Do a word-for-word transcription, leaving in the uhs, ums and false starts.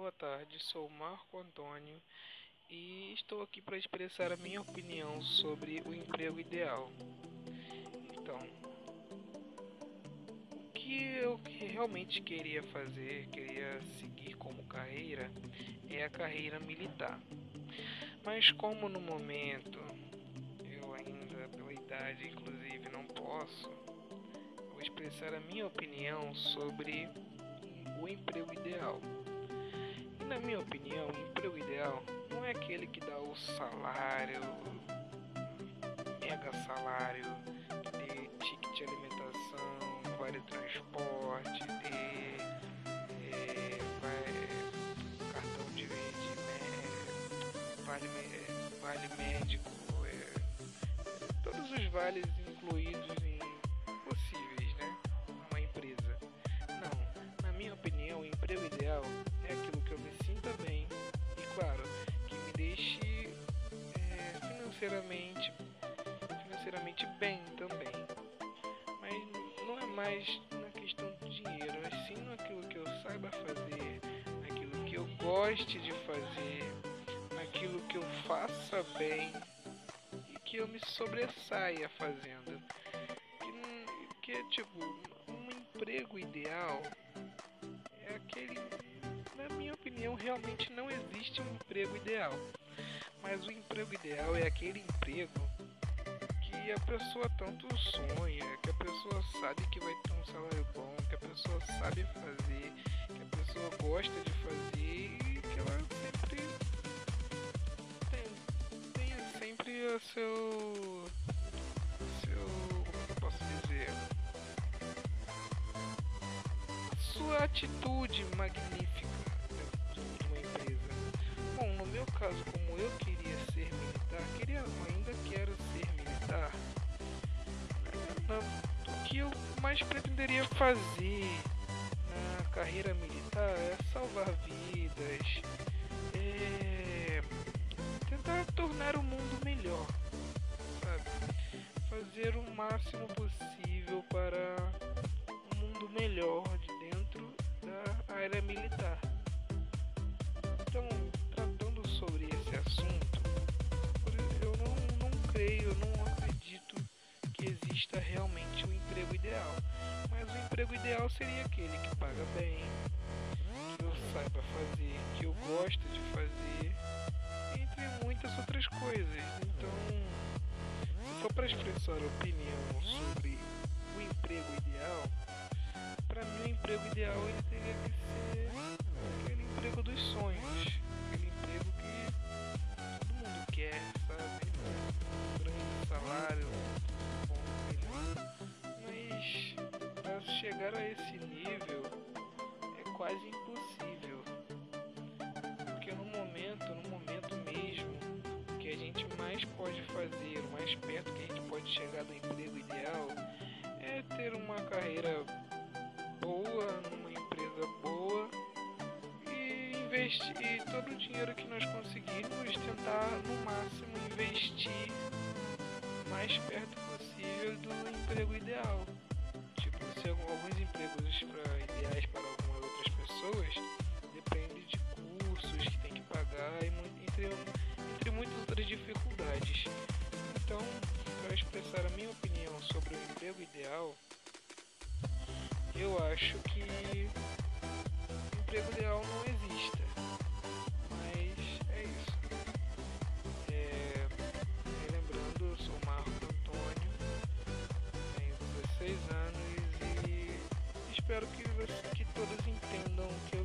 boa tarde, sou Marco Antônio e estou aqui para expressar a minha opinião sobre o emprego ideal. Então, o que eu realmente queria fazer, queria seguir como carreira, é a carreira militar. Mas como no momento eu ainda, pela idade inclusive, não posso, vou expressar a minha opinião sobre o emprego ideal. E na minha opinião, o emprego ideal não é aquele que dá o salário, mega salário, ter ticket de alimentação, vale transporte, ter é, vai, cartão de, de mé- vale, vale médico, é, todos os vales incluídos em possíveis, né? Uma empresa. Não, na minha opinião, o emprego ideal é aquilo que eu me sinta bem e, claro, que me deixe é, financeiramente, financeiramente bem também. Mas não é mais na questão do dinheiro, é sim naquilo que eu saiba fazer, naquilo que eu goste de fazer, naquilo que eu faça bem e que eu me sobressaia fazendo. Que, que é tipo, um emprego ideal é aquele, na minha opinião, realmente não existe um emprego ideal. Mas o emprego ideal é aquele emprego que a pessoa tanto sonha, que a pessoa sabe que vai ter um salário bom, que a pessoa sabe fazer, que a pessoa gosta de fazer e que ela sempre tem, tenha sempre o seu, seu, como eu posso dizer, sua atitude magnífica dentro de uma empresa. Bom, no meu caso, como eu queria ser militar, queria, ainda quero ser militar, o que eu mais pretenderia fazer na carreira militar é salvar vidas, é tentar tornar o mundo melhor, sabe? Fazer o máximo possível para um mundo melhor de dentro da área militar. Então, tratando sobre esse assunto, eu não, não creio, eu não acredito que exista realmente um emprego ideal. Mas o emprego ideal seria aquele que paga bem, que eu saiba fazer, que eu gosto de fazer, entre muitas outras coisas. Então, se for para expressar opinião sobre o emprego ideal, para mim o emprego ideal ele teria que ser aquele emprego dos sonhos, aquele emprego que todo mundo quer, sabe? Um grande salário, um bom melhor. Mas para chegar a esse nível é quase impossível, porque no momento, no momento mesmo, o que a gente mais pode fazer, o mais perto que a gente pode chegar do emprego ideal é ter uma carreira boa, numa empresa boa e investir e todo o dinheiro que nós conseguirmos tentar no máximo investir o mais perto possível do emprego ideal. Tipo, se alguns empregos pra, ideais para algumas outras pessoas depende de cursos que tem que pagar e entre, entre muitas outras dificuldades. Então, para expressar a minha opinião sobre o emprego ideal, eu acho que o emprego ideal não exista, mas é isso. É, lembrando, eu sou Marco Antônio, tenho dezesseis anos e espero que, que todos entendam que eu